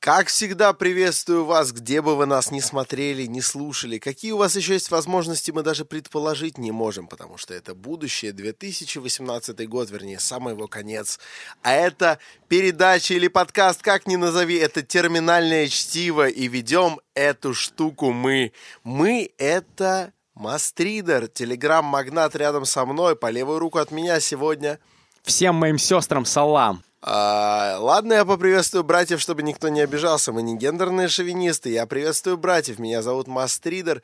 Как всегда, приветствую вас, где бы вы нас ни смотрели, ни слушали. Какие у вас еще есть возможности, мы даже предположить не можем, потому что это будущее, 2018 год, вернее, самый его конец. А это передача или подкаст, как ни назови, это терминальное чтиво, и ведем эту штуку мы. Мы — это Мастридер, телеграм-магнат рядом со мной, по левую руку от меня сегодня. Всем моим сестрам салам. Ладно, я поприветствую братьев, чтобы никто не обижался. Мы не гендерные шовинисты. Я приветствую братьев. Меня зовут Мастридер.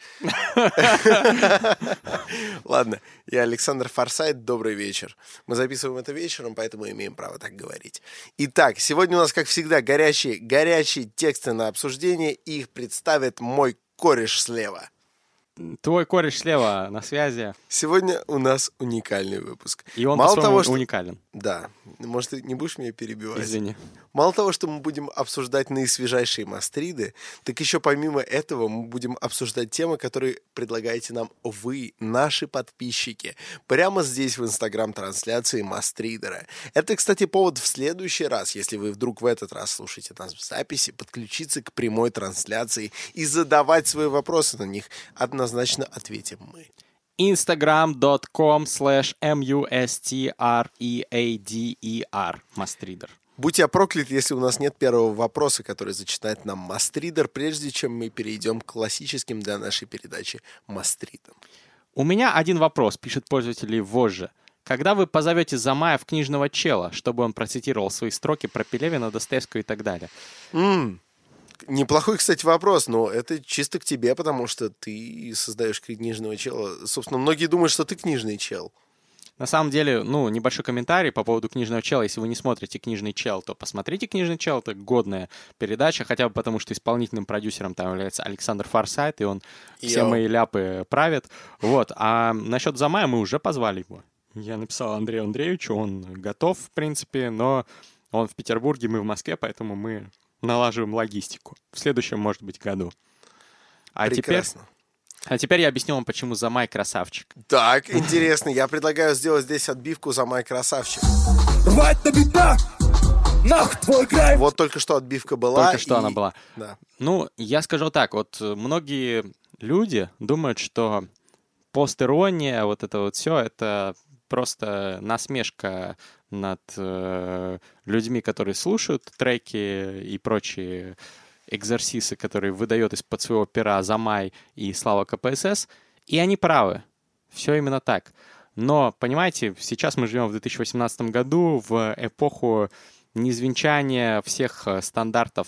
Ладно, я Александр Форсайт. Добрый вечер. Мы записываем это вечером, поэтому имеем право так говорить. Итак, сегодня у нас, как всегда, горячие тексты на обсуждение. Их представит мой кореш слева. Твой кореш слева на связи. Сегодня у нас уникальный выпуск. И он по-своему уникален. Да. Может, ты не будешь меня перебивать? Извини. Мало того, что мы будем обсуждать наисвежайшие мастриды, так еще помимо этого мы будем обсуждать темы, которые предлагаете нам вы, наши подписчики, прямо здесь в инстаграм-трансляции Мастридера. Это, кстати, повод в следующий раз, если вы вдруг в этот раз слушаете нас в записи, подключиться к прямой трансляции и задавать свои вопросы на них. Однозначно ответим мы. instagram.com/mustrader Будь я проклят, если у нас нет первого вопроса, который зачитает нам Мастридер, прежде чем мы перейдем к классическим для нашей передачи Мастридам. У меня один вопрос, пишет пользователь Вожжа. Когда вы позовете Замая в книжного чела, чтобы он процитировал свои строки про Пелевина, Достоевского и так далее? Неплохой, кстати, вопрос, но это чисто к тебе, потому что ты создаешь книжного чела. Собственно, многие думают, что ты книжный чел. На самом деле, небольшой комментарий по поводу книжного чела. Если вы не смотрите «Книжный чел», то посмотрите «Книжный чел». Это годная передача, хотя бы потому, что исполнительным продюсером там является Александр Форсайт, и он все мои ляпы правит. Вот. А насчет Замая мы уже позвали его. Я написал Андрею Андреевичу, он готов, в принципе, но он в Петербурге, мы в Москве, поэтому мы налаживаем логистику. В следующем, может быть, году. Прекрасно. А теперь я объясню вам, почему Замай красавчик. Так, интересно. Я предлагаю сделать здесь отбивку «Замай красавчик». Рвать на битах! Нах, твой край! Вот только что отбивка была. Только что она была. Да. Я скажу так. Вот многие люди думают, что постирония, вот это вот все, это просто насмешка над людьми, которые слушают треки и прочие экзерсисы, которые выдает из-под своего пера Замай и Слава КПСС, и они правы. Все именно так. Но, понимаете, сейчас мы живем в 2018 году, в эпоху низвенчания всех стандартов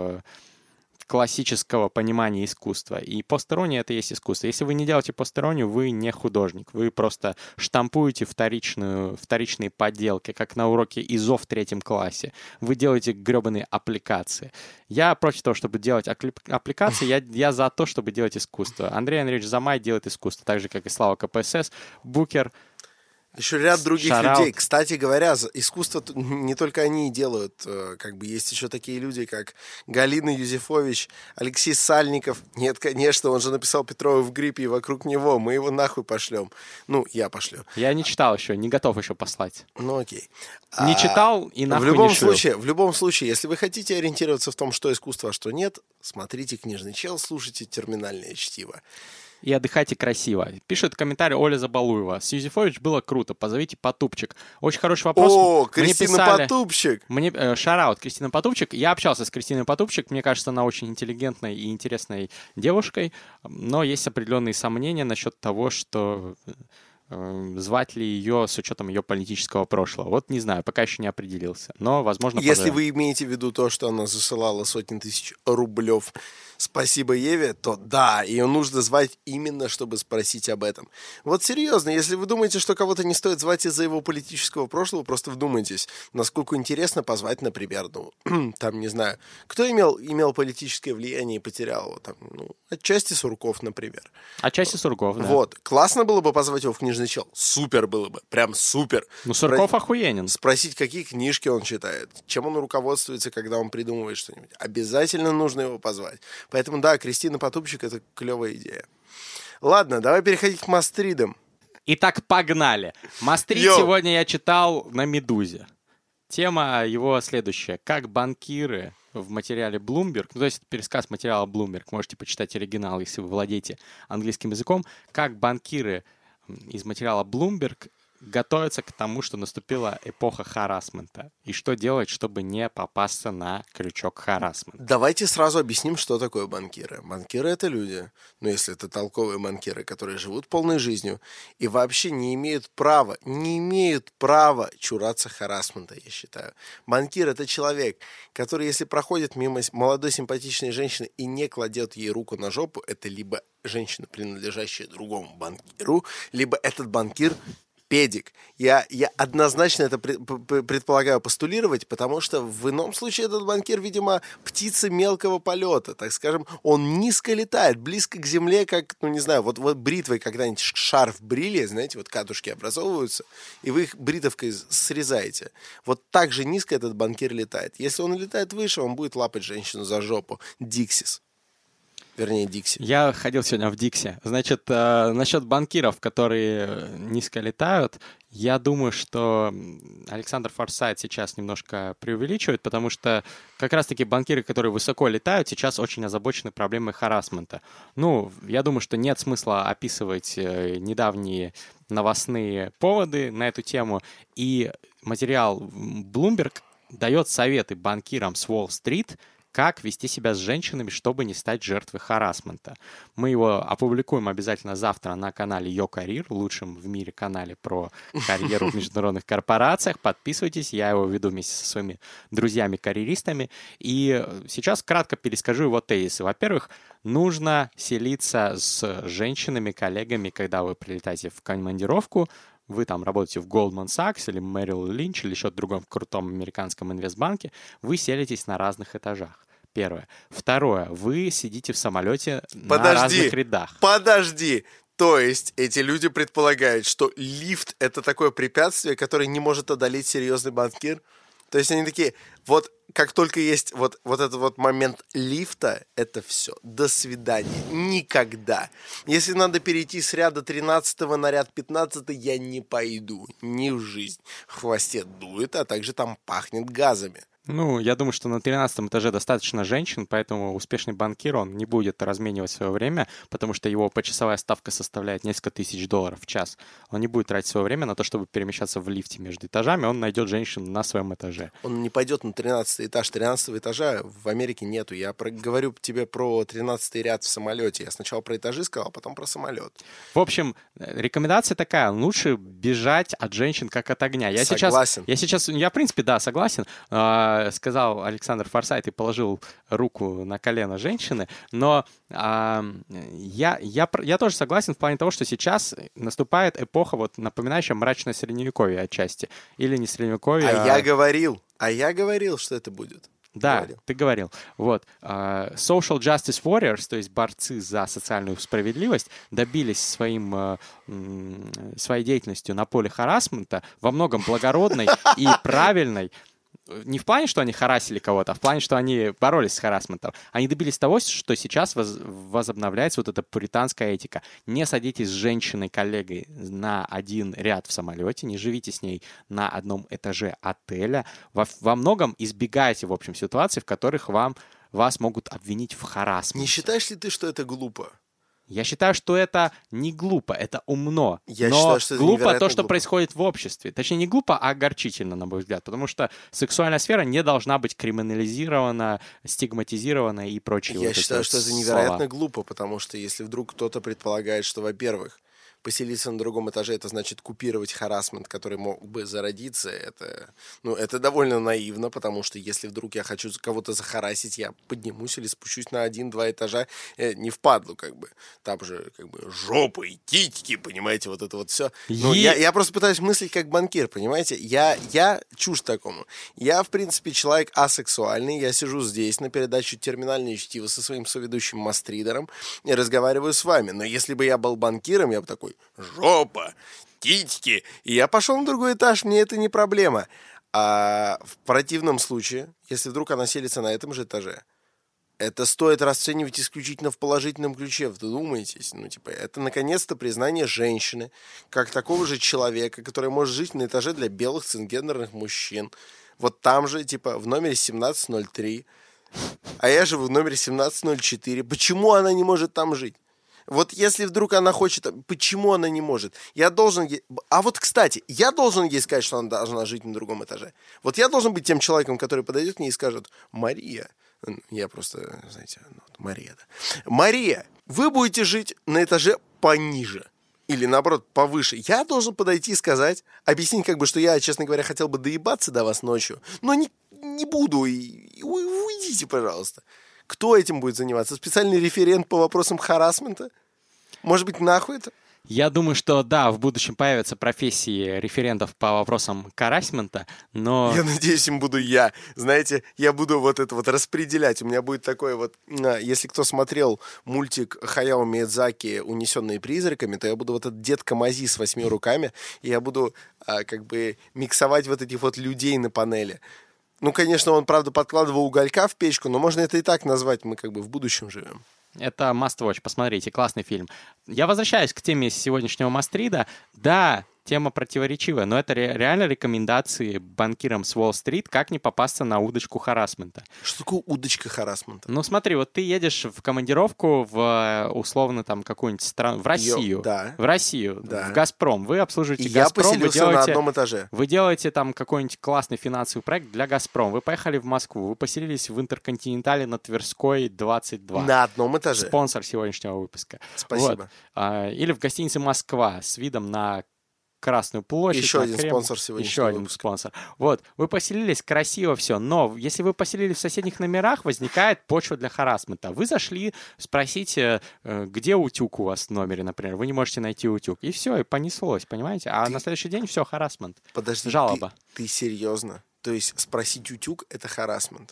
классического понимания искусства. И постирония — это есть искусство. Если вы не делаете постиронию, вы не художник. Вы просто штампуете вторичные подделки, как на уроке ИЗО в 3 классе. Вы делаете гребаные аппликации. Я против того, чтобы делать аппликации, я за то, чтобы делать искусство. Андрей Андреевич Замай делает искусство, так же, как и Слава КПСС, Букер. Еще ряд других людей. Кстати говоря, искусство не только они и делают. Как бы есть еще такие люди, как Галина Юзефович, Алексей Сальников. Нет, конечно, он же написал Петрова в гриппе, и вокруг него. Мы его нахуй пошлем. Я пошлю. Я не читал еще, не готов еще послать. Окей. Не читал и нахуй в не шлю. В любом случае, если вы хотите ориентироваться в том, что искусство, а что нет, смотрите «Книжный чел», слушайте терминальное чтиво. И отдыхайте красиво. Пишет комментарий Оля Забалуева. С Юзефович было круто. Позовите Потупчик. Очень хороший вопрос. О, Кристина Потупчик. Шараут, Кристина Потупчик. Я общался с Кристиной Потупчик. Мне кажется, она очень интеллигентной и интересной девушкой. Но есть определенные сомнения насчет того, что звать ли ее с учетом ее политического прошлого. Вот не знаю, пока еще не определился. Но, возможно, если вы имеете в виду то, что она засылала сотни тысяч рублев, спасибо Еве, то да, ее нужно звать именно, чтобы спросить об этом. Вот серьезно, если вы думаете, что кого-то не стоит звать из-за его политического прошлого, просто вдумайтесь, насколько интересно позвать, например, там, не знаю, кто имел политическое влияние и потерял его, там, отчасти Сурков, например. Отчасти Сурков, да. Вот, классно было бы позвать его в «Книжный чел», супер было бы, прям супер. Сурков охуенен. Спросить, какие книжки он читает, чем он руководствуется, когда он придумывает что-нибудь. Обязательно нужно его позвать. Поэтому, да, Кристина Потупчик — это клевая идея. Ладно, давай переходить к Мастридам. Итак, погнали. Мастрид сегодня я читал на «Медузе». Тема его следующая. Как банкиры в материале Bloomberg, ну, то есть это пересказ материала Bloomberg, можете почитать оригинал, если вы владеете английским языком, как банкиры из материала Bloomberg готовятся к тому, что наступила эпоха харассмента. И что делать, чтобы не попасться на крючок харассмента. Давайте сразу объясним, что такое банкиры. Банкиры — это люди, ну, если это толковые банкиры, которые живут полной жизнью и вообще не имеют права чураться харассмента, я считаю. Банкир — это человек, который, если проходит мимо молодой симпатичной женщины и не кладет ей руку на жопу, это либо женщина, принадлежащая другому банкиру, либо этот банкир педик. Я однозначно это предполагаю постулировать, потому что в ином случае этот банкир, видимо, птица мелкого полета, так скажем, он низко летает, близко к земле, как, ну не знаю, вот бритвой когда-нибудь шарф брили, знаете, вот катушки образовываются, и вы их бритовкой срезаете. Вот так же низко этот банкир летает. Если он летает выше, он будет лапать женщину за жопу. Диксис. Вернее, Дикси. Я ходил сегодня в Дикси. Значит, насчет банкиров, которые низко летают, я думаю, что Александр Форсайт сейчас немножко преувеличивает, потому что как раз-таки банкиры, которые высоко летают, сейчас очень озабочены проблемой харассмента. Ну, я думаю, что нет смысла описывать недавние новостные поводы на эту тему. И материал Bloomberg дает советы банкирам с Уолл-стрит, как вести себя с женщинами, чтобы не стать жертвой харассмента. Мы его опубликуем обязательно завтра на канале Yo Career, лучшем в мире канале про карьеру в международных корпорациях. Подписывайтесь, я его веду вместе со своими друзьями-карьеристами. И сейчас кратко перескажу его тезисы. Во-первых, нужно селиться с женщинами, коллегами, когда вы прилетаете в командировку. Вы там работаете в Goldman Sachs или Merrill Lynch или еще в другом крутом американском инвестбанке, вы селитесь на разных этажах. Первое. Второе. Вы сидите в самолете на разных рядах. Подожди. То есть эти люди предполагают, что лифт — это такое препятствие, которое не может одолеть серьезный банкир? То есть они такие, вот как только есть вот этот вот момент лифта, это все. До свидания. Никогда. Если надо перейти с ряда 13 на ряд 15, я не пойду. Ни в жизнь. В хвосте дует, а также там пахнет газами. Ну, я думаю, что на 13 этаже достаточно женщин, поэтому успешный банкир, он не будет разменивать свое время, потому что его почасовая ставка составляет несколько тысяч долларов в час. Он не будет тратить свое время на то, чтобы перемещаться в лифте между этажами, он найдет женщин на своем этаже. Он не пойдет на 13 этаж. 13 этажа в Америке нету. Я говорю тебе про 13 ряд в самолете. Я сначала про этажи сказал, а потом про самолет. В общем, рекомендация такая. Лучше бежать от женщин, как от огня. Согласен. Я в принципе, да, согласен. Сказал Александр Форсайт и положил руку на колено женщины, но я тоже согласен в плане того, что сейчас наступает эпоха, вот, напоминающая мрачное средневековье отчасти. Или не средневековье, я говорил, что это будет. Да, ты говорил. Вот. Social Justice Warriors, то есть борцы за социальную справедливость, добились своей деятельностью на поле харассмента во многом благородной и правильной. Не в плане, что они харассили кого-то, а в плане, что они боролись с харассментом. Они добились того, что сейчас возобновляется вот эта пуританская этика. Не садитесь с женщиной-коллегой на один ряд в самолете, не живите с ней на одном этаже отеля. Во многом избегайте, в общем, ситуаций, в которых вас могут обвинить в харассменте. Не считаешь ли ты, что это глупо? Я считаю, что это не глупо, это умно. Но считаю, что это глупо то, что глупо. происходит в обществе. Точнее, не глупо, а огорчительно, на мой взгляд. Потому что сексуальная сфера не должна быть криминализирована, стигматизирована и прочие. Я считаю, что это невероятно глупо, потому что если вдруг кто-то предполагает, что, во-первых, поселиться на другом этаже — это значит купировать харассмент, который мог бы зародиться. Это довольно наивно, потому что если вдруг я хочу кого-то захарасить, я поднимусь или спущусь на 1-2 этажа, не впадлу, как бы. Там же, как бы, жопа и титьки, понимаете, вот это вот все. Я просто пытаюсь мыслить как банкир, понимаете? Я чушь такому. Я, в принципе, человек асексуальный. Я сижу здесь на передаче «Терминальное чтиво» со своим соведущим Мастридером и разговариваю с вами. Но если бы я был банкиром, я бы такой: жопа, титьки. И я пошел на другой этаж, мне это не проблема. А в противном случае, если вдруг она селится на этом же этаже, это стоит расценивать исключительно в положительном ключе. Вдумайтесь. Это наконец-то признание женщины, как такого же человека, который может жить на этаже для белых цисгендерных мужчин. Вот там же, в номере 1703, а я живу в номере 1704. Почему она не может там жить? Вот если вдруг она хочет, почему она не может? Я должен ей... А вот, кстати, я должен ей сказать, что она должна жить на другом этаже. Вот я должен быть тем человеком, который подойдет к ней и скажет: Мария, я просто, знаете, Мария, да. Мария, вы будете жить на этаже пониже. Или, наоборот, повыше. Я должен подойти и сказать, объяснить, как бы, что я, честно говоря, хотел бы доебаться до вас ночью, но не буду, и уйдите, пожалуйста. Кто этим будет заниматься? Специальный референт по вопросам харассмента? Может быть, нахуй это? Я думаю, что да, в будущем появятся профессии референтов по вопросам харассмента, но... Я надеюсь, им буду я. Знаете, я буду вот это вот распределять. У меня будет такой вот... Если кто смотрел мультик Хаяо Миядзаки «Унесенные призраками», то я буду вот этот дед Камази с 8 руками, и я буду как бы миксовать вот этих вот людей на панели. Ну, конечно, он, правда, подкладывал уголька в печку, но можно это и так назвать. Мы как бы в будущем живем. Это Must Watch, посмотрите, классный фильм. Я возвращаюсь к теме сегодняшнего Мастрида. Да, тема противоречивая, но это реально рекомендации банкирам с Уолл-стрит, как не попасться на удочку харассмента. Что такое удочка харассмента? Ну смотри, вот ты едешь в командировку в условно там какую-нибудь страну, в Россию. Да. В Россию, да. В «Газпром». Вы обслуживаете и «Газпром». Я поселился на одном этаже. Вы делаете там какой-нибудь классный финансовый проект для «Газпром». Вы поехали в Москву, вы поселились в «Интерконтинентале» на Тверской 22. На одном этаже. Спонсор сегодняшнего выпуска. Спасибо. Вот. Или в гостинице «Москва» с видом на Красную площадь. Еще один спонсор сегодняшнего Еще один спонсор. Вот, вы поселились, красиво все, но если вы поселились в соседних номерах, возникает почва для харассмента. Вы зашли, спросите, где утюг у вас в номере, например, вы не можете найти утюг. И все, и понеслось, понимаете? А на следующий день все, харассмент. Подожди, жалоба. Ты серьезно? То есть спросить утюг — это харассмент?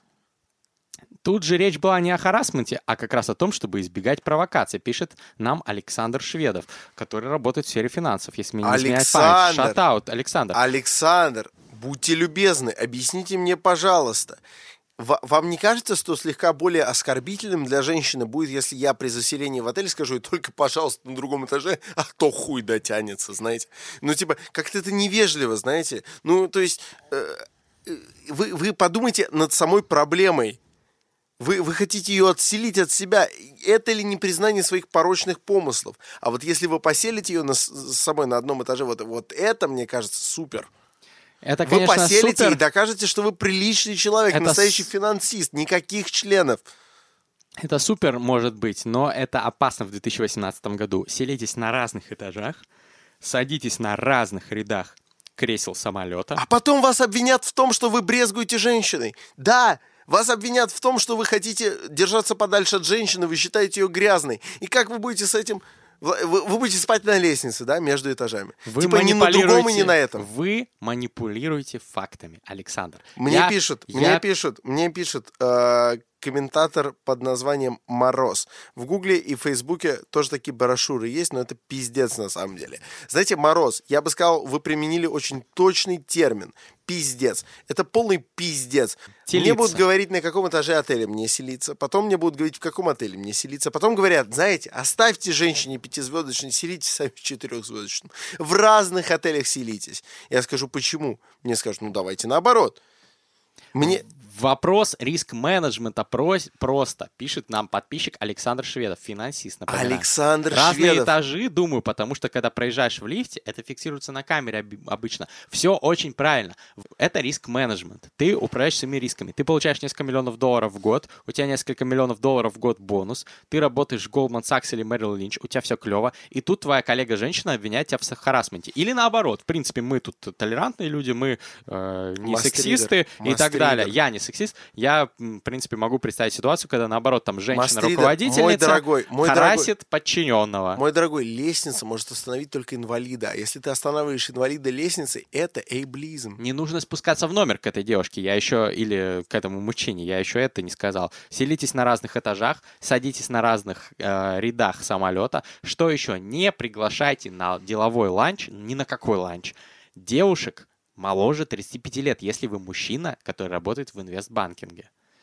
Тут же речь была не о харассменте, а как раз о том, чтобы избегать провокаций, пишет нам Александр Шведов, который работает в сфере финансов. Если меня не изменяет память. Шатаут, Александр. Александр, будьте любезны, объясните мне, пожалуйста. Вам не кажется, что слегка более оскорбительным для женщины будет, если я при заселении в отель скажу: только, пожалуйста, на другом этаже, а то хуй дотянется, знаете? Ну, типа, как-то это невежливо, знаете? Ну, то есть, вы подумайте над самой проблемой. Вы хотите ее отселить от себя. Это ли не признание своих порочных помыслов? А вот если вы поселите ее с собой на одном этаже, вот это, мне кажется, супер. Это, вы конечно, поселите супер. И докажете, что вы приличный человек, это настоящий финансист, никаких членов. Это супер, может быть, но это опасно в 2018 году. Селитесь на разных этажах, садитесь на разных рядах кресел самолета. А потом вас обвинят в том, что вы брезгуете женщиной. Да, вас обвинят в том, что вы хотите держаться подальше от женщины, вы считаете ее грязной. И как вы будете с этим... Вы будете спать на лестнице, да, между этажами. Вы типа ни на другом и ни на этом. Вы манипулируете фактами, Александр. Мне пишут комментатор под названием Мороз. В Гугле и Фейсбуке тоже такие брошюры есть, но это пиздец на самом деле. Знаете, Мороз, я бы сказал, вы применили очень точный термин. Пиздец. Это полный пиздец. Телиться. Мне будут говорить, на каком этаже отеля мне селиться. Потом мне будут говорить, в каком отеле мне селиться. Потом говорят, знаете, оставьте женщине 5-звездочной, селитесь сами в 4-звездочном. В разных отелях селитесь. Я скажу, почему? Мне скажут, ну давайте наоборот. Вопрос риск-менеджмента просто, пишет нам подписчик Александр Шведов, финансист, например. Александр Разные Шведов. этажи, думаю, потому что когда проезжаешь в лифте, это фиксируется на камере обычно. Все очень правильно. Это риск-менеджмент. Ты управляешь своими рисками. Ты получаешь несколько миллионов долларов в год, у тебя несколько миллионов долларов в год бонус, ты работаешь в Goldman Sachs или Merrill Lynch, у тебя все клево, и тут твоя коллега-женщина обвиняет тебя в харассменте. Или наоборот. В принципе, мы тут толерантные люди, мы не сексисты и так далее. Я не сексист, я, в принципе, могу представить ситуацию, когда, наоборот, там женщина-руководительница харасит подчиненного. Мой дорогой, лестница может остановить только инвалида. А если ты останавливаешь инвалида лестницей, это эйблизм. Не нужно спускаться в номер к этой девушке, или к этому мужчине, я еще это не сказал. Селитесь на разных этажах, садитесь на разных рядах самолета. Что еще? Не приглашайте на деловой ланч, ни на какой ланч, девушек моложе 35 лет, если вы мужчина, который работает в инвестбанкинге.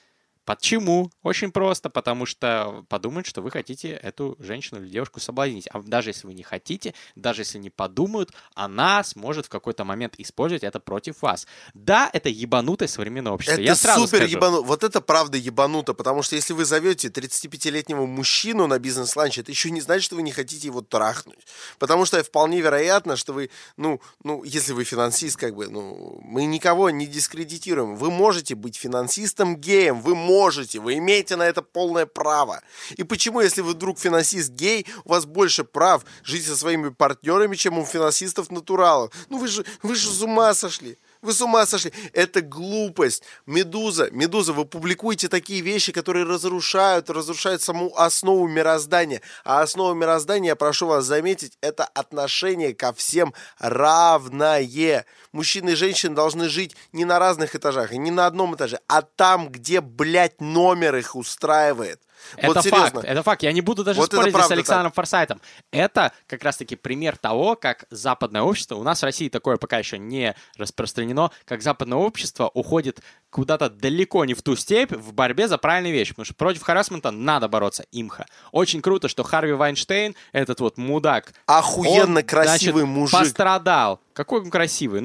Почему? Очень просто, потому что подумают, что вы хотите эту женщину или девушку соблазнить. А даже если вы не хотите, даже если не подумают, она сможет в какой-то момент использовать это против вас. Да, это ебанутое современное общество. Я сразу супер скажу. ебануто. Вот это правда ебануто, потому что если вы зовете 35-летнего мужчину на бизнес-ланч, это еще не значит, что вы не хотите его трахнуть. Потому что вполне вероятно, что вы, если вы финансист, мы никого не дискредитируем. Вы можете быть финансистом-геем, вы имеете на это полное право. И почему, если вы вдруг финансист-гей, у вас больше прав жить со своими партнерами, чем у финансистов-натуралов? Вы же с ума сошли. Вы с ума сошли. Это глупость. Медуза, вы публикуете такие вещи, которые разрушают саму основу мироздания. А основа мироздания, я прошу вас заметить, это отношение ко всем равное. Мужчины и женщины должны жить не на разных этажах и не на одном этаже, а там, где, номер их устраивает. Это факт. Я не буду даже спорить с Александром Форсайтом. Это как раз-таки пример того, как западное общество, у нас в России такое пока еще не распространено, как западное общество уходит куда-то далеко не в ту степь в борьбе за правильные вещи. Потому что против харассмента надо бороться, имха. Очень круто, что Харви Вайнштейн, этот вот мудак, охуенно красивый мужик, пострадал. Какой он красивый.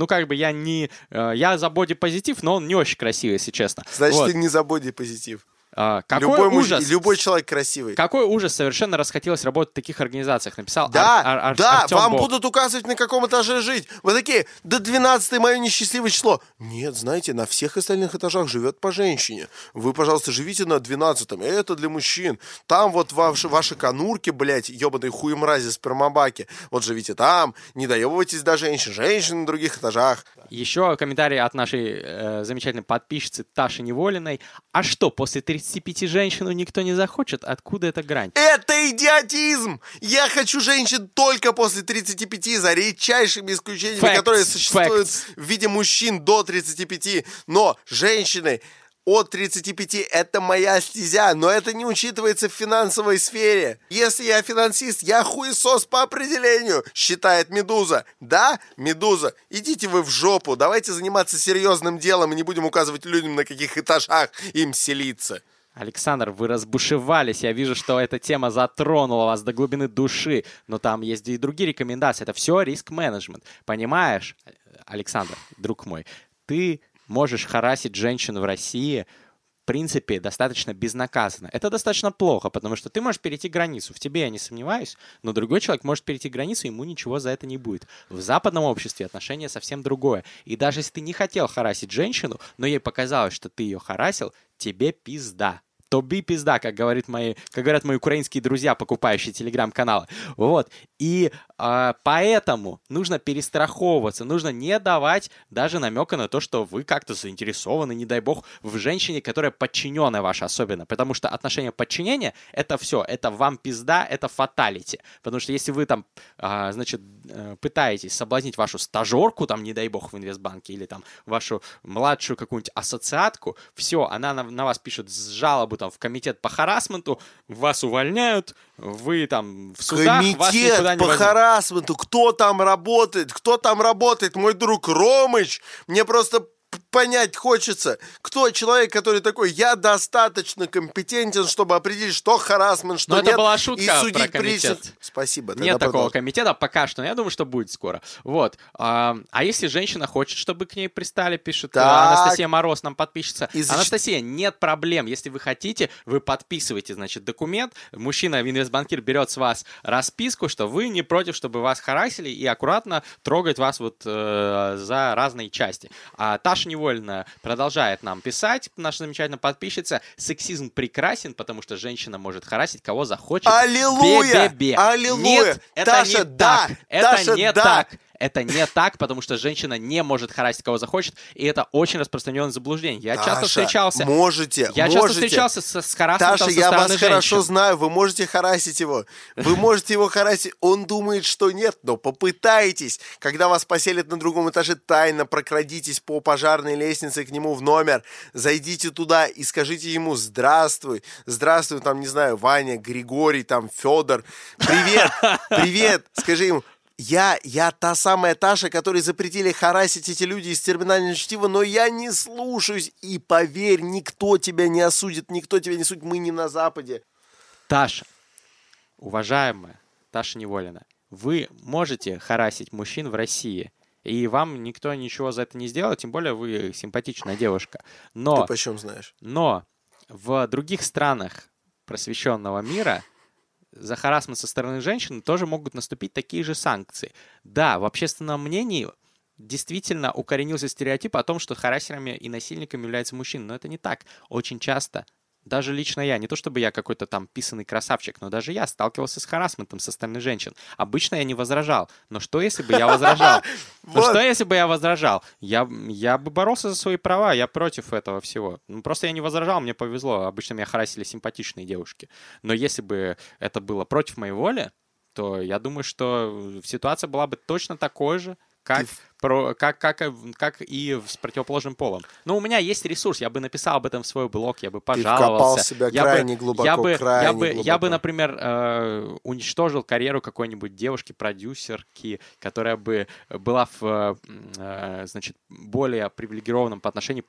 Я за бодипозитив, но он не очень красивый, если честно. Значит, ты не за бодипозитив. Какой ужас. Любой человек красивый. Какой ужас, совершенно расхотелось работать в таких организациях. Написал Артем вам Бог. будут указывать, на каком этаже жить. Вы такие, до 12-е мое несчастливое число. Нет, знаете, на всех остальных этажах живет по женщине. Вы, пожалуйста, живите на 12-м. Это для мужчин. Там вот ваши конурки, блядь, ебаные хуемрази, спермобаки. Вот живите там, не доебывайтесь до женщин. Женщины на других этажах. Еще комментарий от нашей замечательной подписчицы Таши Неволиной. А что, после 35 женщину никто не захочет? Откуда эта грань? Это идиотизм! Я хочу женщин только после 35, за редчайшими исключениями, которые существуют в виде мужчин до 35. Но женщины от 35 — это моя стезя, но это не учитывается в финансовой сфере. Если я финансист, я хуесос по определению, считает Медуза. Да, Медуза, идите вы в жопу, давайте заниматься серьезным делом и не будем указывать людям, на каких этажах им селиться. Александр, вы разбушевались. Я вижу, что эта тема затронула вас до глубины души. Но там есть и другие рекомендации. Это все риск-менеджмент. Понимаешь, Александр, друг мой, ты можешь харассить женщину в России, в принципе, достаточно безнаказанно. Это достаточно плохо, потому что ты можешь перейти границу. В тебе я не сомневаюсь, но другой человек может перейти границу, ему ничего за это не будет. В западном обществе отношение совсем другое. И даже если ты не хотел харассить женщину, но ей показалось, что ты ее харассил, тебе пизда. Тобі пизда, как говорят мои украинские друзья, покупающие телеграм-каналы. Вот. И поэтому нужно перестраховываться, нужно не давать даже намека на то, что вы как-то заинтересованы, не дай бог, в женщине, которая подчиненная ваша особенно. Потому что отношение подчинения — это все, это вам пизда, это фаталити. Потому что если вы там, пытаетесь соблазнить вашу стажерку, там, не дай бог, в инвестбанке, или там вашу младшую какую-нибудь ассоциатку, все, она на вас пишет жалобу там в комитет по харассменту, вас увольняют, вы там в судах, вас никуда не возьмут. Комитет по харассменту, кто там работает? Мой друг Ромыч, мне просто понять хочется, кто человек, который такой, я достаточно компетентен, чтобы определить, что харассмент, что но нет. Это была шутка и судить про комитет. Спасибо. Нет такого комитета пока что, но я думаю, что будет скоро. Вот. А если женщина хочет, чтобы к ней пристали, пишет Анастасия Мороз, нам подписчица. Анастасия, нет проблем. Если вы хотите, вы подписываете, документ. Мужчина, инвестбанкир, берет с вас расписку, что вы не против, чтобы вас харассили, и аккуратно трогать вас за разные части. А Таша Невольная продолжает нам писать, наша замечательная подписчица. Сексизм прекрасен, потому что женщина может харассить кого захочет. Аллилуйя! Аллилуйя! Нет, это Таша, не так. Это Таша, не так. Это не так, потому что женщина не может харассить кого захочет, и это очень распространенное заблуждение. Я часто встречался с харассментом Таша, со я стороны вас женщин. хорошо знаю, вы можете харассить его. Вы можете его харассить. Он думает, что нет, но попытайтесь. Когда вас поселят на другом этаже, тайно прокрадитесь по пожарной лестнице к нему в номер, зайдите туда и скажите ему: здравствуй, там, не знаю, Ваня, Григорий, там, Федор, привет, скажи ему. Я та самая Таша, которой запретили харасить эти люди из терминального чтива, но я не слушаюсь. И поверь, никто тебя не осудит, никто тебя не судит, мы не на Западе. Таша, уважаемая Таша Неволина, вы можете харасить мужчин в России, и вам никто ничего за это не сделает, тем более вы симпатичная девушка. Ты почем знаешь? Но в других странах просвещенного мира за харассмент со стороны женщин тоже могут наступить такие же санкции. Да, в общественном мнении действительно укоренился стереотип о том, что харассерами и насильниками являются мужчины, но это не так. Очень часто, даже лично я, не то чтобы я какой-то там писанный красавчик, но даже я сталкивался с харассментом со стороны женщин. Обычно я не возражал. Но что, если бы я возражал? Что, если бы я возражал? Я бы боролся за свои права, я против этого всего. Просто я не возражал, мне повезло. Обычно меня харассили симпатичные девушки. Но если бы это было против моей воли, то я думаю, что ситуация была бы точно такой же, как и с противоположным полом. Но у меня есть ресурс, я бы написал об этом в свой блог, я бы пожаловался. Ты вкопал себя крайне глубоко, я бы, например, уничтожил карьеру какой-нибудь девушки-продюсерки, которая бы была в, значит, более привилегированном по отношению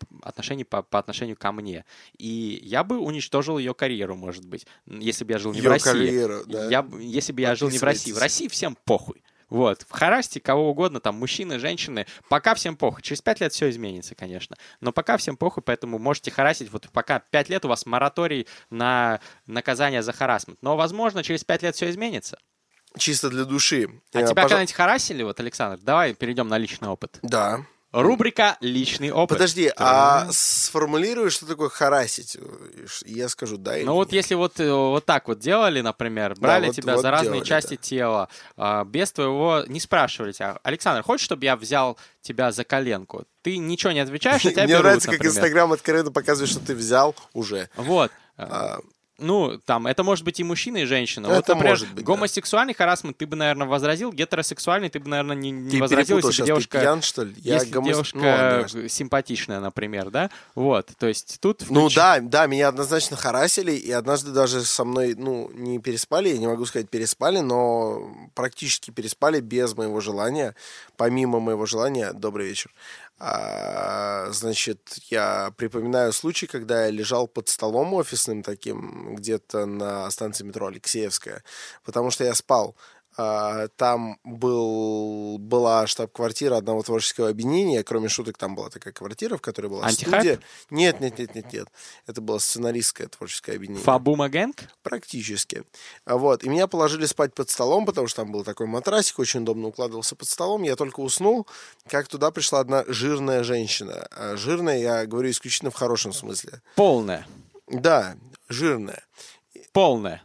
ко мне. И я бы уничтожил ее карьеру, может быть, если бы я жил не в России. Карьеру, да? Если бы я жил не в России. В России всем похуй. Вот, харасьте кого угодно, там, мужчины, женщины, пока всем похуй. Через 5 лет все изменится, конечно. Но пока всем похуй, поэтому можете харасить, вот пока 5 лет у вас мораторий на наказание за харассмент. Но, возможно, через 5 лет все изменится. Чисто для души. А тебя когда-нибудь харасили, вот, Александр? Давай перейдем на личный опыт. Да. Рубрика «Личный опыт». Подожди, а сформулируй, что такое харасить? Я скажу да или Ну вот если вот так вот делали, например, брали да, тебя за разные части тела, без твоего... Не спрашивали тебя: Александр, хочешь, чтобы я взял тебя за коленку? Ты ничего не отвечаешь, и тебя берут, Мне нравится, как например. Инстаграм открыто показывает, что ты взял уже. Вот. Ну, там, это может быть и мужчина, и женщина. Это вот, например, может быть, гомосексуальный харассмент ты бы, наверное, возразил, гетеросексуальный ты бы, наверное, не ты возразил, если сейчас, девушка... ты пьян, что ли? Если девушка симпатичная, например, да? Вот, то есть тут... Ну да, меня однозначно харасили, и однажды даже со мной, не переспали, я не могу сказать переспали, но практически переспали без моего желания, помимо моего желания. Добрый вечер. Значит, я припоминаю случай, когда я лежал под столом офисным таким, где-то на станции метро Алексеевская, потому что я спал. Там была штаб-квартира одного творческого объединения, кроме шуток, там была такая квартира, в которой была студия. Нет. Это было сценаристское творческое объединение. Фабума Гэнг? Практически. Вот. И меня положили спать под столом, потому что там был такой матрасик, очень удобно укладывался под столом. Я только уснул, как туда пришла одна жирная женщина. Жирная, я говорю исключительно в хорошем смысле. Полная. Да, жирная. Полная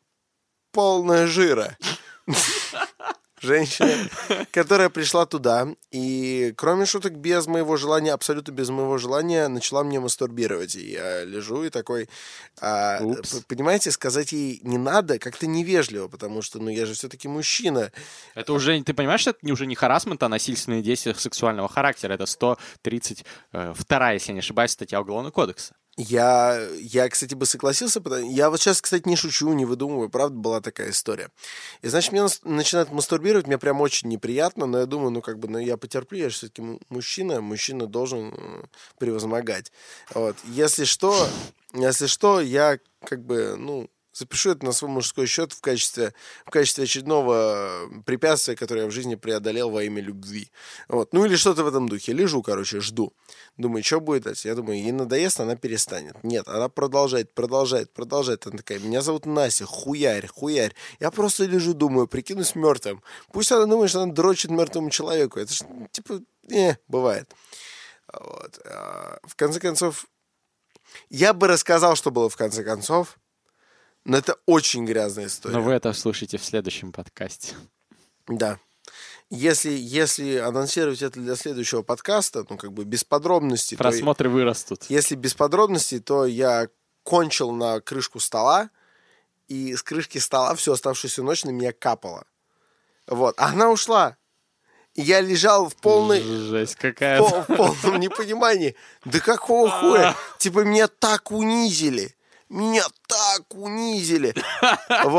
жира. Женщина, которая пришла туда и, кроме шуток, без моего желания, абсолютно без моего желания, начала мне мастурбировать. И я лежу и такой... понимаете, сказать ей не надо как-то невежливо, потому что, я же все-таки мужчина. Это уже, ты понимаешь, что это уже не харассмент, а насильственные действия сексуального характера. Это 132, если я не ошибаюсь, статья Уголовного кодекса. Я, кстати, бы согласился, я вот сейчас, кстати, не шучу, не выдумываю, правда, была такая история. И, значит, меня начинают мастурбировать, мне прям очень неприятно, но я думаю, я потерплю, я же все-таки мужчина должен превозмогать. Вот. Если что, я запишу это на свой мужской счет в качестве очередного препятствия, которое я в жизни преодолел во имя любви. Вот. Или что-то в этом духе. Лежу, жду. Думаю, что будет дальше? Я думаю, ей надоест, она перестанет. Нет, она продолжает. Она такая: меня зовут Настя, хуярь. Я просто лежу, думаю, прикинусь мертвым. Пусть она думает, что она дрочит мертвому человеку. Это ж, бывает. Вот. В конце концов, я бы рассказал, что было в конце концов, но это очень грязная история. Но вы это слушаете в следующем подкасте. Да. Если анонсировать это для следующего подкаста, без подробностей... Просмотры вырастут. Если без подробностей, то я кончил на крышку стола, и с крышки стола всю оставшуюся ночь на меня капало. Вот. А она ушла. И я лежал в полной... Жесть какая-то. В полном непонимании. Да какого хуя? Меня так унизили. Вот.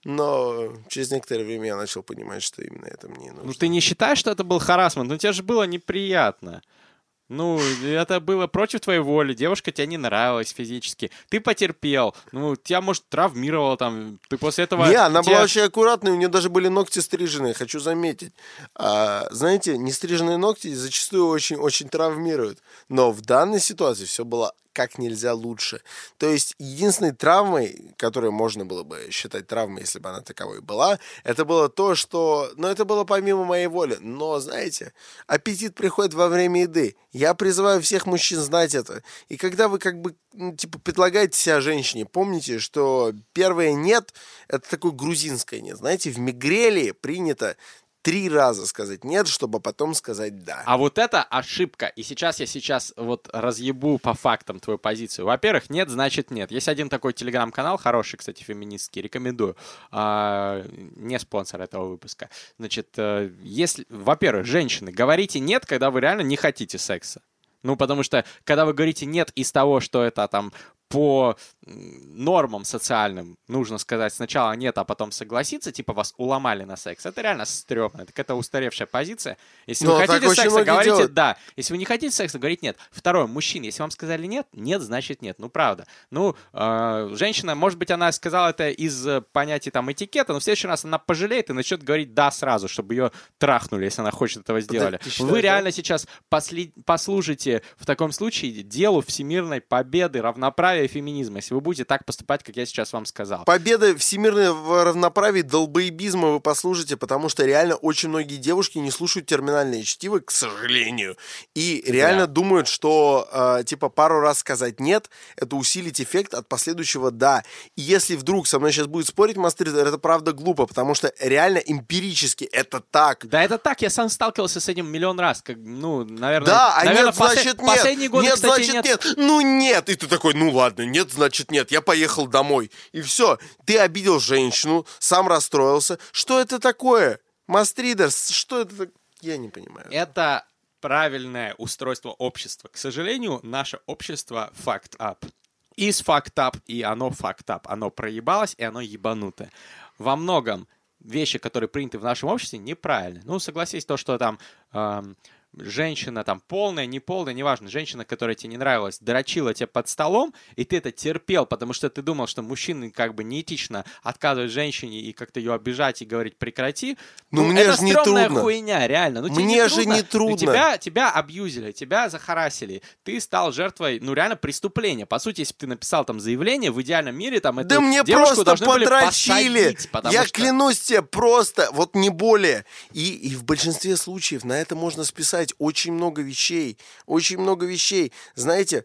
Но через некоторое время я начал понимать, что именно это мне и нужно. Ну, ты не считаешь, что это был харассмент? Ну, тебе же было неприятно. Ну, это было против твоей воли, девушка тебе не нравилась физически, ты потерпел, ну, тебя, может, травмировало там, ты после этого... Не, она была очень аккуратной, у нее даже были ногти стриженные, хочу заметить. Знаете, нестриженные ногти зачастую очень-очень травмируют, но в данной ситуации все было как нельзя лучше. То есть единственной травмой, которую можно было бы считать травмой, если бы она таковой была, это было то, что... Ну, это было помимо моей воли. Но, знаете, аппетит приходит во время еды. Я призываю всех мужчин знать это. И когда вы как бы, предлагаете себя женщине, помните, что первое «нет» — это такое грузинское «нет». Знаете, в Мигрелии принято 3 раза сказать «нет», чтобы потом сказать «да». А вот это ошибка. И сейчас я вот разъебу по фактам твою позицию. Во-первых, нет, значит нет. Есть один такой телеграм-канал, хороший, кстати, феминистский, рекомендую. Не спонсор этого выпуска. Значит, если, во-первых, женщины, говорите «нет», когда вы реально не хотите секса. Ну, потому что, когда вы говорите «нет» из того, что это там по нормам социальным нужно сказать сначала нет, а потом согласиться, типа вас уломали на секс. Это реально стрёмно. Это устаревшая позиция. Если вы хотите секса, говорите да. Если вы не хотите секса, говорите нет. Второе, мужчина, если вам сказали нет, нет, значит нет. Ну, правда. Ну, женщина, может быть, она сказала это из понятия там этикета, но в следующий раз она пожалеет и начнет говорить да сразу, чтобы ее трахнули, если она хочет этого сделали. Вы реально сейчас послужите в таком случае делу всемирной победы, равноправия и феминизма, если вы будете так поступать, как я сейчас вам сказал. Победа всемирного равноправия, долбоебизма вы послужите, потому что реально очень многие девушки не слушают терминальные чтивы, к сожалению, и реально думают, что типа пару раз сказать «нет» — это усилить эффект от последующего «да». И если вдруг со мной сейчас будет спорить Мастридер, это правда глупо, потому что реально эмпирически это так. Да, это так, я сам сталкивался с этим миллион раз, ну, наверное... Да, а нет, значит нет, последние годы, нет, кстати, значит нет, ну нет, и ты такой, ну ладно, нет, значит нет, я поехал домой. И все, ты обидел женщину, сам расстроился. Что это такое? Мастридер, что это? Я не понимаю. Это правильное устройство общества. К сожалению, наше общество fucked up. Is fucked up, и оно fucked up. Оно проебалось, и оно ебанутое. Во многом вещи, которые приняты в нашем обществе, неправильны. Ну, согласись, то, что там... женщина там полная, неполная, неважно, женщина, которая тебе не нравилась, дрочила тебе под столом, и ты это терпел, потому что ты думал, что мужчины как бы неэтично отказывать женщине и как-то ее обижать и говорить прекрати. Ну, мне это же не стрёмная трудно. Хуйня, реально. Ну, мне же не трудно. Тебя абьюзили, тебя захарасили, ты стал жертвой, ну, реально преступления. По сути, если бы ты написал там заявление, в идеальном мире там эту да мне девушку просто должны подрочили. были посадить, Я клянусь тебе, просто, вот не более. И в большинстве случаев на это можно списать очень много вещей. Очень много вещей. Знаете,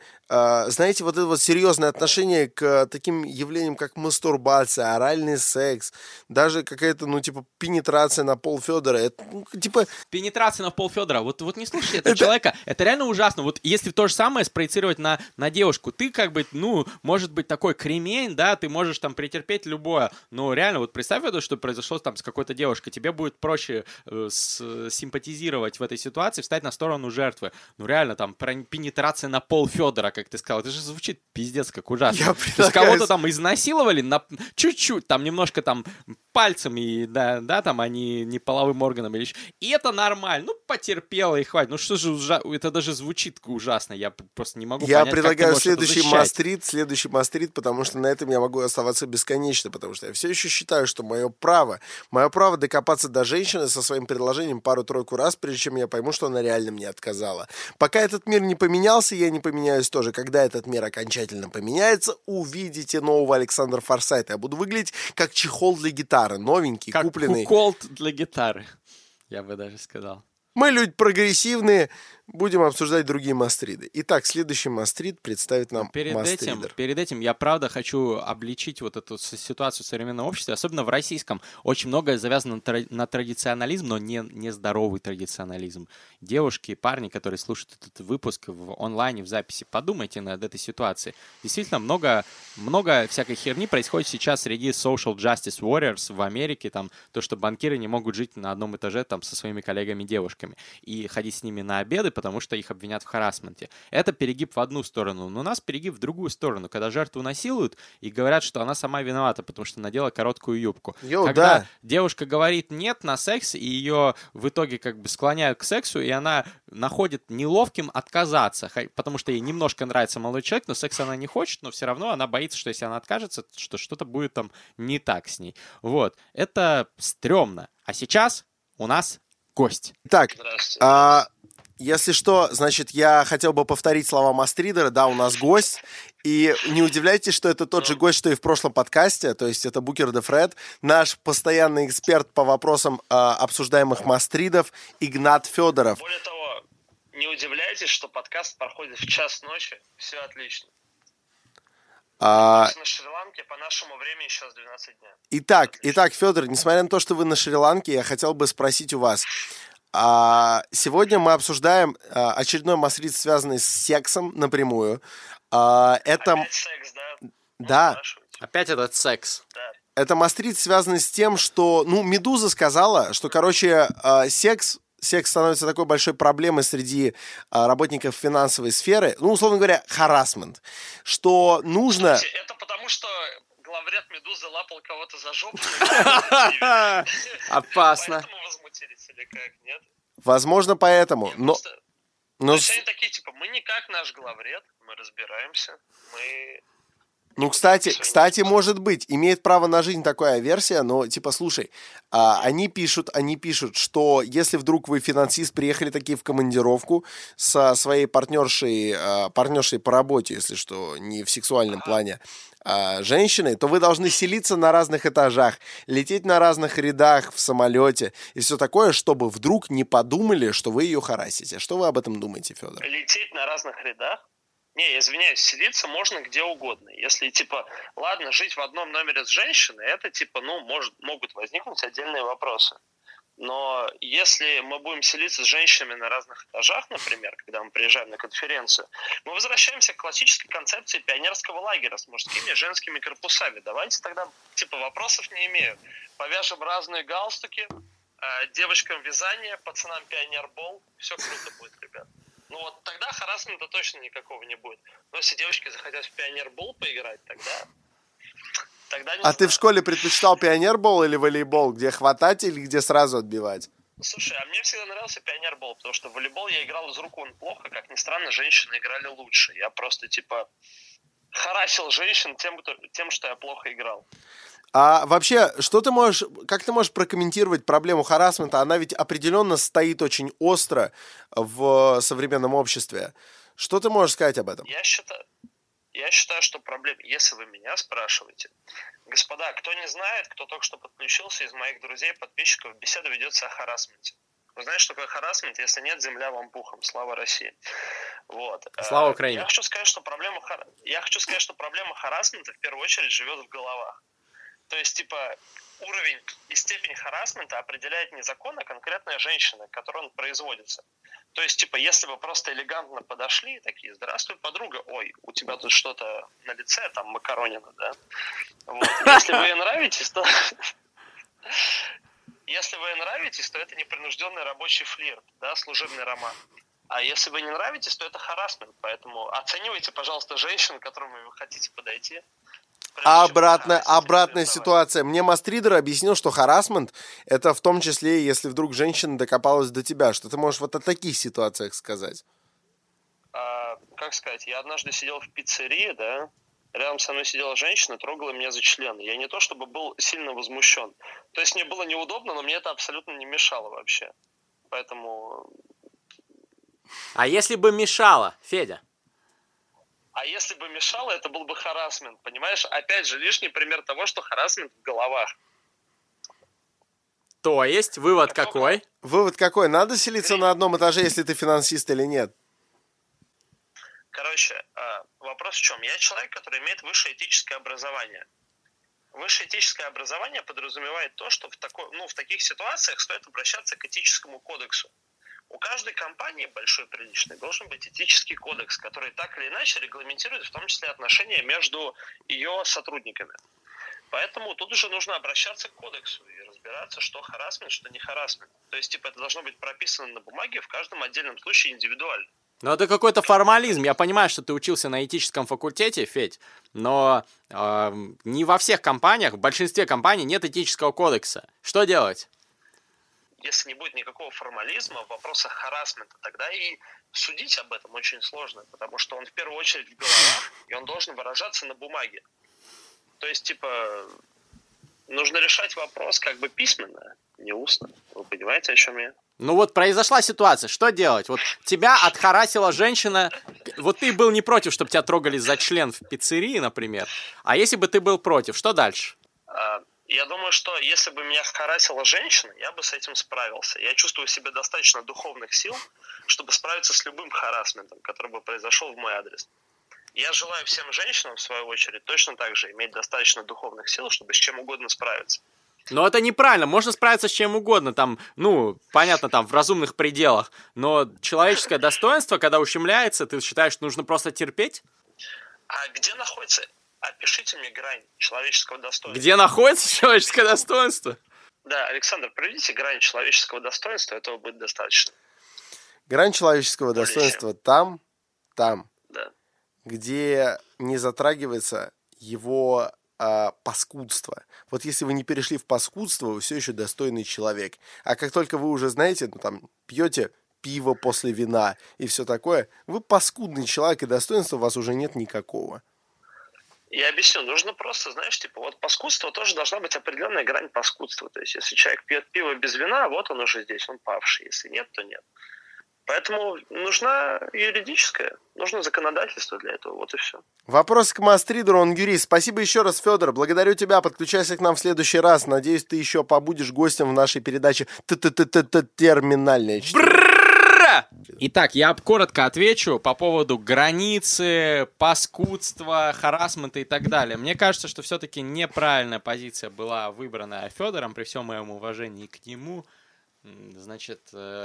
вот это вот серьезное отношение к таким явлениям, как мастурбация, оральный секс, даже какая-то, ну, типа, пенетрация на пол Федора. Это, ну, типа... Пенетрация на пол Федора. Вот не слушайте этого человека. Это реально ужасно. Вот если то же самое спроецировать на девушку, ты как бы, ну, может быть, такой кремень, да, ты можешь там претерпеть любое. Но реально, вот представь это, что произошло там с какой-то девушкой. Тебе будет проще симпатизировать в этой ситуации, встать на сторону жертвы. Ну, реально, там, пенетрация на пол Федора, как ты сказал. Это же звучит пиздец как ужасно. То есть кого-то там изнасиловали на чуть-чуть, там, немножко там пальцем, и, да, там, они не половым органом или еще. И это нормально. Ну, потерпела и хватит. Ну, что же это даже звучит ужасно. Я просто не могу понять, Я предлагаю как ты можешь следующий мастрит, потому что на этом я могу оставаться бесконечно, потому что я все еще считаю, что мое право докопаться до женщины со своим предложением пару-тройку раз, прежде чем я пойму, что она реально мне отказала. Пока этот мир не поменялся, я не поменяюсь тоже. Когда этот мир окончательно поменяется, увидите нового Александра Форсайта. Я буду выглядеть как чехол для гитары, новенький, как купленный. Как куколд для гитары, я бы даже сказал. Мы люди прогрессивные, будем обсуждать другие мастриды. Итак, следующий мастрид представит нам мастридер. Перед этим я, правда, хочу обличить вот эту ситуацию в современном обществе, особенно в российском. Очень многое завязано на традиционализм, но не здоровый традиционализм. Девушки и парни, которые слушают этот выпуск в онлайне, в записи, подумайте над этой ситуацией. Действительно, много всякой херни происходит сейчас среди social justice warriors в Америке. Там, то, что банкиры не могут жить на одном этаже там, со своими коллегами-девушками. девушками и ходить с ними на обеды, потому что их обвинят в харассменте. Это перегиб в одну сторону, но у нас перегиб в другую сторону, когда жертву насилуют и говорят, что она сама виновата, потому что надела короткую юбку. Когда девушка говорит нет на секс, и ее в итоге как бы склоняют к сексу, и она находит неловким отказаться, потому что ей немножко нравится молодой человек, но секс она не хочет, но все равно она боится, что если она откажется, что что-то будет там не так с ней. Вот. Это стрёмно. А сейчас у нас гость. Так, если что, значит, я хотел бы повторить слова Мастридера. Да, у нас гость. И не удивляйтесь, что это тот же гость, что и в прошлом подкасте. То есть это Букер де Фред, наш постоянный эксперт по вопросам обсуждаемых Мастридов Игнат Федоров. Более того, не удивляйтесь, что подкаст проходит в час ночи. Все отлично. На Шри-Ланке по нашему времени сейчас 12 дня. Итак, Федор, несмотря на то, что вы на Шри-Ланке, я хотел бы спросить у вас. Сегодня мы обсуждаем очередной мастрид, связанный с сексом напрямую. Опять секс, да? Да. Опять этот секс. Да. Это мастрид, связанный с тем, что, Медуза сказала, что, секс становится такой большой проблемой среди работников финансовой сферы, условно говоря, харассмент, что нужно... Слушайте, это потому, что главред Медузы лапал кого-то за жопу? Опасно. Поэтому возмутились или как, нет? Возможно, поэтому. Но они такие, типа, мы не как наш главред, мы разбираемся, мы... Кстати, может быть, имеет право на жизнь такая версия, но, слушай, они пишут, что если вдруг вы финансист, приехали такие в командировку со своей партнершей по работе, если что, не в сексуальном плане, женщиной, то вы должны селиться на разных этажах, лететь на разных рядах в самолете и все такое, чтобы вдруг не подумали, что вы ее харассите. Что вы об этом думаете, Федор? Лететь на разных рядах? Не, я извиняюсь, селиться можно где угодно. Если, ладно, жить в одном номере с женщиной, это, могут возникнуть отдельные вопросы. Но если мы будем селиться с женщинами на разных этажах, например, когда мы приезжаем на конференцию, мы возвращаемся к классической концепции пионерского лагеря с мужскими и женскими корпусами. Давайте тогда, вопросов не имею. Повяжем разные галстуки, девочкам вязание, пацанам пионербол. Все круто будет, ребят. Тогда харассмента точно никакого не будет. Но если девочки захотят в пионербол поиграть, тогда не знаю. Ты в школе предпочитал пионербол или волейбол, где хватать или где сразу отбивать? Слушай, мне всегда нравился пионербол, потому что в волейбол я играл из рук вон плохо, как ни странно, женщины играли лучше. Я просто, харасил женщин тем, что я плохо играл. А вообще, как ты можешь прокомментировать проблему харассмента? Она ведь определенно стоит очень остро в современном обществе. Что ты можешь сказать об этом? Я считаю, что проблема, если вы меня спрашиваете, господа, кто не знает, кто только что подключился из моих друзей, подписчиков, беседа ведется о харассменте. Вы знаете, что такое харассмент? Если нет, земля вам пухом. Слава России. Вот. Слава Украине. Я хочу сказать, что проблема харассмента в первую очередь живет в головах. То есть, уровень и степень харассмента определяет не закон, а конкретная женщина, к которой он производится. То есть, если вы просто элегантно подошли, такие, здравствуй, подруга, ой, у тебя тут что-то на лице, там, макаронина, да? Вот. Если вы ей нравитесь, то... Если вы ей нравитесь, то это непринужденный рабочий флирт, да, служебный роман. А если вы не нравитесь, то это харассмент. Поэтому оценивайте, пожалуйста, женщин, к которым вы хотите подойти. Обратная ситуация. Мне Мастридер объяснил, что харассмент — это в том числе, если вдруг женщина докопалась до тебя. Что ты можешь о таких ситуациях сказать? Как сказать, я однажды сидел в пиццерии, да, рядом со мной сидела женщина, трогала меня за член. Я не то чтобы был сильно возмущен. То есть мне было неудобно, но мне это абсолютно не мешало вообще. Поэтому... А если бы мешало, Федя? А если бы мешало, это был бы харассмент, понимаешь? Опять же, лишний пример того, что харассмент в головах. То есть, вывод какой? Вывод какой? Надо селиться на одном этаже, если ты финансист или нет? Короче, вопрос в чем? Я человек, который имеет высшее этическое образование. Высшее этическое образование подразумевает то, что в таких ситуациях стоит обращаться к этическому кодексу. У каждой компании, большой приличной, должен быть этический кодекс, который так или иначе регламентирует в том числе отношения между ее сотрудниками. Поэтому тут уже нужно обращаться к кодексу и разбираться, что харассмент, что не харассмент. То есть, типа, это должно быть прописано на бумаге в каждом отдельном случае индивидуально. Ну, это какой-то формализм. Я понимаю, что ты учился на этическом факультете, Федь, но не во всех компаниях, в большинстве компаний нет этического кодекса. Что делать? Если не будет никакого формализма в вопросах харассмента, тогда и судить об этом очень сложно, потому что он в первую очередь в головах, и он должен выражаться на бумаге. То есть, типа, нужно решать вопрос как бы письменно, не устно. Вы понимаете, о чем я? Ну вот произошла ситуация, что делать? Вот тебя отхарасила женщина, вот ты был не против, чтобы тебя трогали за член в пиццерии, например, а если бы ты был против, что дальше? Я думаю, что если бы меня харасила женщина, я бы с этим справился. Я чувствую в себе достаточно духовных сил, чтобы справиться с любым харассментом, который бы произошел в мой адрес. Я желаю всем женщинам, в свою очередь, точно так же иметь достаточно духовных сил, чтобы с чем угодно справиться. Но это неправильно, можно справиться с чем угодно, там, ну, понятно, там, в разумных пределах, но человеческое достоинство, когда ущемляется, ты считаешь, что нужно просто терпеть? А где находится, опишите мне грань человеческого достоинства. Где находится человеческое достоинство? Да, Александр, проведите грань человеческого достоинства, этого будет достаточно. Грань человеческого достоинства там, да, где не затрагивается его паскудство. Вот если вы не перешли в паскудство, вы все еще достойный человек. А как только вы уже, знаете, ну, там, пьете пиво после вина и все такое, вы паскудный человек, и достоинства у вас уже нет никакого. Я объясню, нужно просто, знаешь, типа, вот паскудство тоже должна быть определенная грань паскудства. То есть, если человек пьет пиво без вина, вот он уже здесь, он павший. Если нет, то нет. Поэтому нужна юридическая, нужно законодательство для этого, вот и все. Вопрос к мастридеру, он юрист. Спасибо еще раз, Федор. Благодарю тебя. Подключайся к нам в следующий раз. Надеюсь, ты еще побудешь гостем в нашей передаче «Терминальное чтиво». Итак, я коротко отвечу по поводу границы, паскудства, харассмента и так далее. Мне кажется, что все-таки неправильная позиция была выбрана Федором, при всем моем уважении к нему. Значит,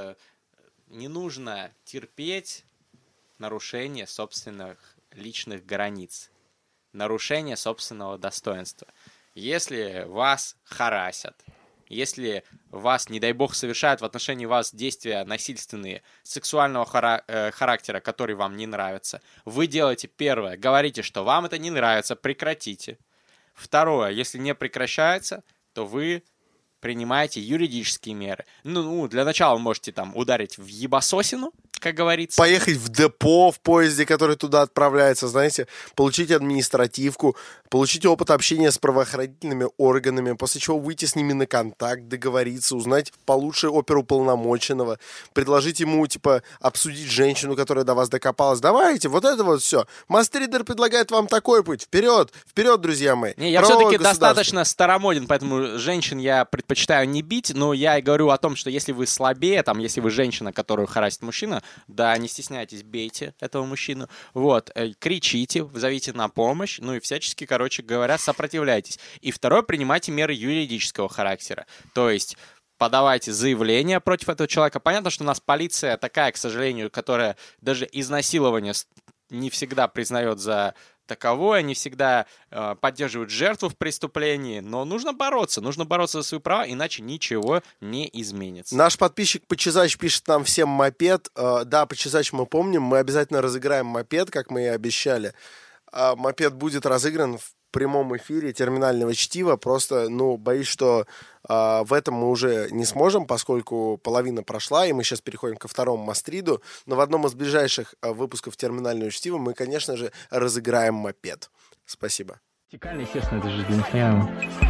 не нужно терпеть нарушение собственных личных границ, нарушение собственного достоинства. Если вас харассят, если вас, не дай бог, совершают в отношении вас действия насильственные, сексуального характера, которые вам не нравятся, вы делаете первое, говорите, что вам это не нравится, прекратите. Второе, если не прекращается, то вы принимаете юридические меры. Ну, для начала вы можете там ударить в ебасосину, как говорится. Поехать в депо в поезде, который туда отправляется, знаете, получить административку, получить опыт общения с правоохранительными органами, после чего выйти с ними на контакт, договориться, узнать получше оперуполномоченного, предложить ему, типа, обсудить женщину, которая до вас докопалась. Давайте, вот это вот все. Мастридер предлагает вам такой путь. Вперед, вперед, друзья мои. Не, я все-таки достаточно старомоден, поэтому женщин я предпочитаю не бить, но я и говорю о том, что если вы слабее, там, если вы женщина, которую харасит мужчина, да, не стесняйтесь, бейте этого мужчину, вот, кричите, зовите на помощь, ну и всячески, короче говоря, сопротивляйтесь. И второе, принимайте меры юридического характера, то есть подавайте заявление против этого человека. Понятно, что у нас полиция такая, к сожалению, которая даже изнасилование не всегда признает за таковое, не всегда поддерживают жертву в преступлении, но нужно бороться за свои права, иначе ничего не изменится. Наш подписчик Почезач пишет нам всем мопед. Да, Почезач мы помним, мы обязательно разыграем мопед, как мы и обещали. Мопед будет разыгран в прямом эфире терминального чтива, просто, боюсь, что в этом мы уже не сможем, поскольку половина прошла, и мы сейчас переходим ко второму мастриду, но в одном из ближайших выпусков терминального чтива мы, конечно же, разыграем мопед. Спасибо. Вертикально, естественно, это же динамика.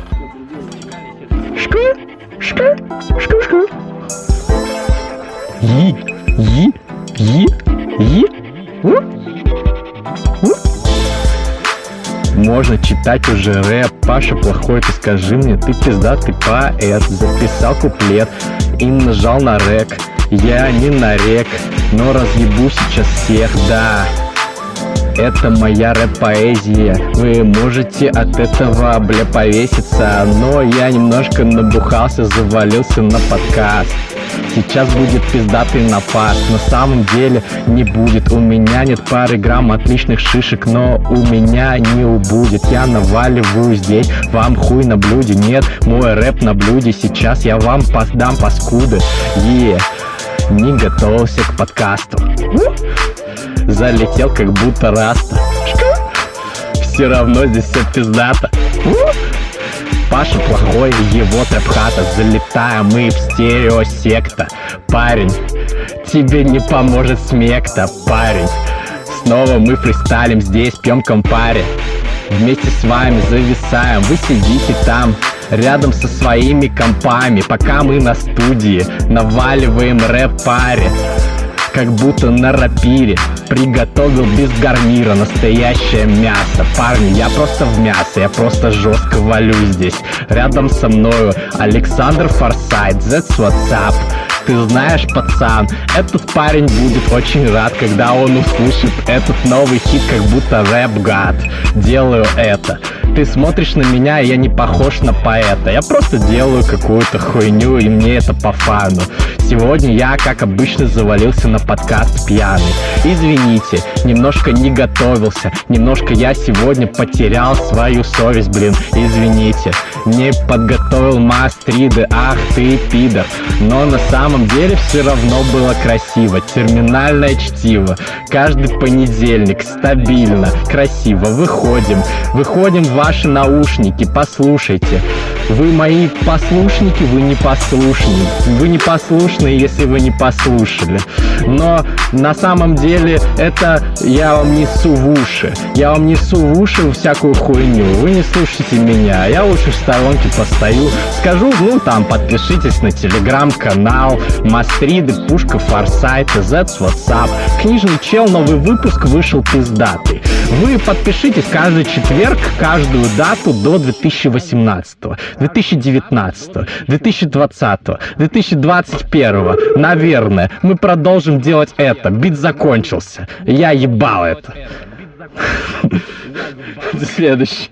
Можно читать уже рэп, Паша плохой, ты скажи мне, ты пиздатый поэт. Записал куплет и нажал на рэк. Я не на рек, но разъебу сейчас всех, да. это моя рэп-поэзия. Вы можете от этого, бля, повеситься, но я немножко набухался, завалился на подкаст. Сейчас будет пиздатый напад, на самом деле не будет. У меня нет пары грамм отличных шишек, но у меня не убудет. Я наваливаю здесь, вам хуй на блюде. Нет, мой рэп на блюде, сейчас я вам дам паскуды. Не готовился к подкасту, залетел как будто раста. Все равно здесь все пиздато. Паша плохой, его трэп-хата. Залетаем мы в стереосекта. Парень, тебе не поможет смекта, парень. Снова мы фристайлим здесь, пьем компари. Вместе с вами зависаем, вы сидите там рядом со своими компами, пока мы на студии наваливаем рэп-паре. Как будто на рапире приготовил без гарнира настоящее мясо. Парни, я просто в мясо, я просто жестко валю здесь. Рядом со мною Александр Форсайт, that's what's up. Ты знаешь, пацан, этот парень будет очень рад, когда он услышит этот новый хит, как будто рэп-гад. Делаю это. Ты смотришь на меня, и я не похож на поэта. Я просто делаю какую-то хуйню, и мне это по фану. Сегодня я, как обычно, завалился на подкаст пьяный. Извините, немножко не готовился. Немножко я сегодня потерял свою совесть, блин. Извините, не подготовил мастриды, ах ты пидор. Но на самом деле все равно было красиво. Терминальное чтиво. Каждый понедельник стабильно, красиво выходим в ваши наушники, послушайте. Вы мои послушники, вы не послушные. Вы не послушные, если вы не послушали. Но на самом деле это я вам несу в уши. Я вам несу в уши всякую хуйню. Вы не слушайте меня. Я лучше в сторонке постою. Скажу, ну там, подпишитесь на телеграм-канал Мастриды, Пушка, Форсайта, that's what's up. Книжный чел, новый выпуск вышел пиздатый. Вы подпишитесь каждый четверг, каждую дату до 2018, 2019, 2020, 2021. Наверное, мы продолжим делать это. Бит закончился. Я ебал это. Следующий.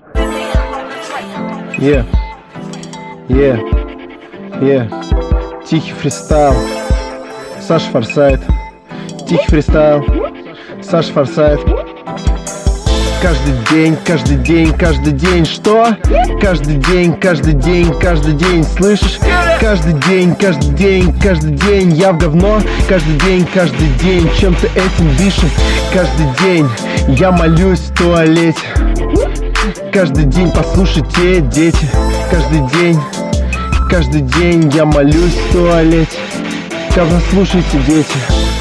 Тихий фристайл. Саша Форсайт. Тихий фристайл. Саша Форсайт. Каждый день, что? Каждый день, слышишь? Каждый день, я в говно. Каждый день, чем-то этим дышим. Каждый день, я молюсь в туалете. Каждый день, послушайте, дети. Каждый день, я молюсь в туалете. Говно слушайте, дети.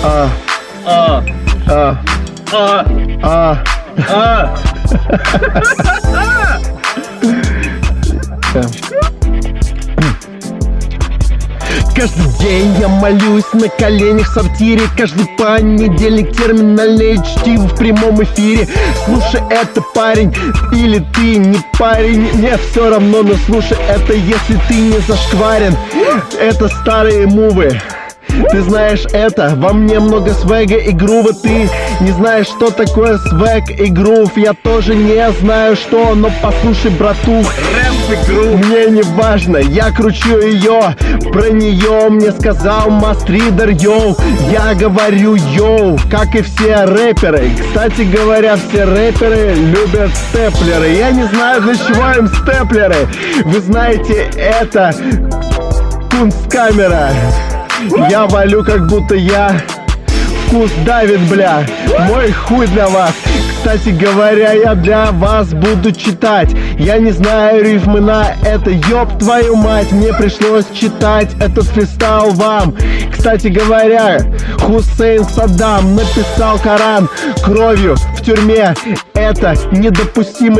Каждый день я молюсь на коленях в сортире. Каждый понедельник терминальное чтиво в прямом эфире. Слушай это, парень, или ты не парень, мне все равно, но слушай это, если ты не зашкварен. Это старые мувы. Ты знаешь это, во мне много свега и грува. Ты не знаешь, что такое свег и грув. Я тоже не знаю, что, но послушай, братух, рэп и грув мне не важно, я кручу ее. Про нее мне сказал Мастридер, йоу. Я говорю йоу, как и все рэперы. Кстати говоря, все рэперы любят степлеры. Я не знаю, для чего им степлеры. Вы знаете это, кунсткамера. Я валю, как будто я вкус давит, бля. Мой хуй для вас. Кстати говоря, я для вас буду читать. Я не знаю рифмы на это, ёб твою мать. Мне пришлось читать этот фристайл вам. Кстати говоря, Хусейн Саддам написал Коран кровью в тюрьме. Это недопустимо,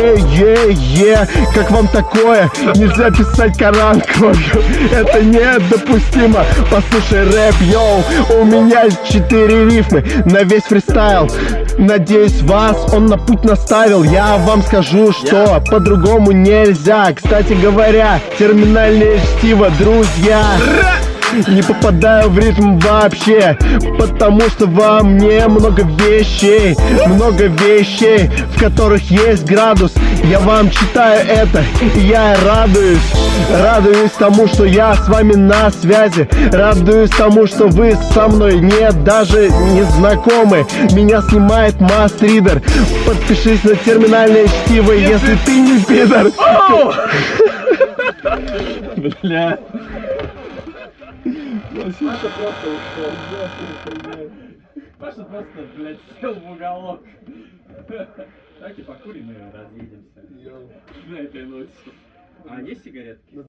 Как вам такое? Нельзя писать Коран кровью. Это недопустимо. Послушай рэп, йоу. У меня 4 рифмы на весь фристайл. Надеюсь, вас он на путь наставил. Я вам скажу, что по-другому нельзя. Кстати говоря, терминальное чтиво, друзья. не попадаю в ритм вообще, потому что во мне много вещей, в которых есть градус. Я вам читаю это, и я радуюсь тому, что я с вами на связи, радуюсь тому, что вы со мной даже не знакомы. Меня снимает мастридер. Подпишись на терминальное чтиво, если ты не пидор. Бля. Паша просто, блядь, сел в уголок. Давайте покурим и разъедемся. На этой ноте. А есть сигаретки?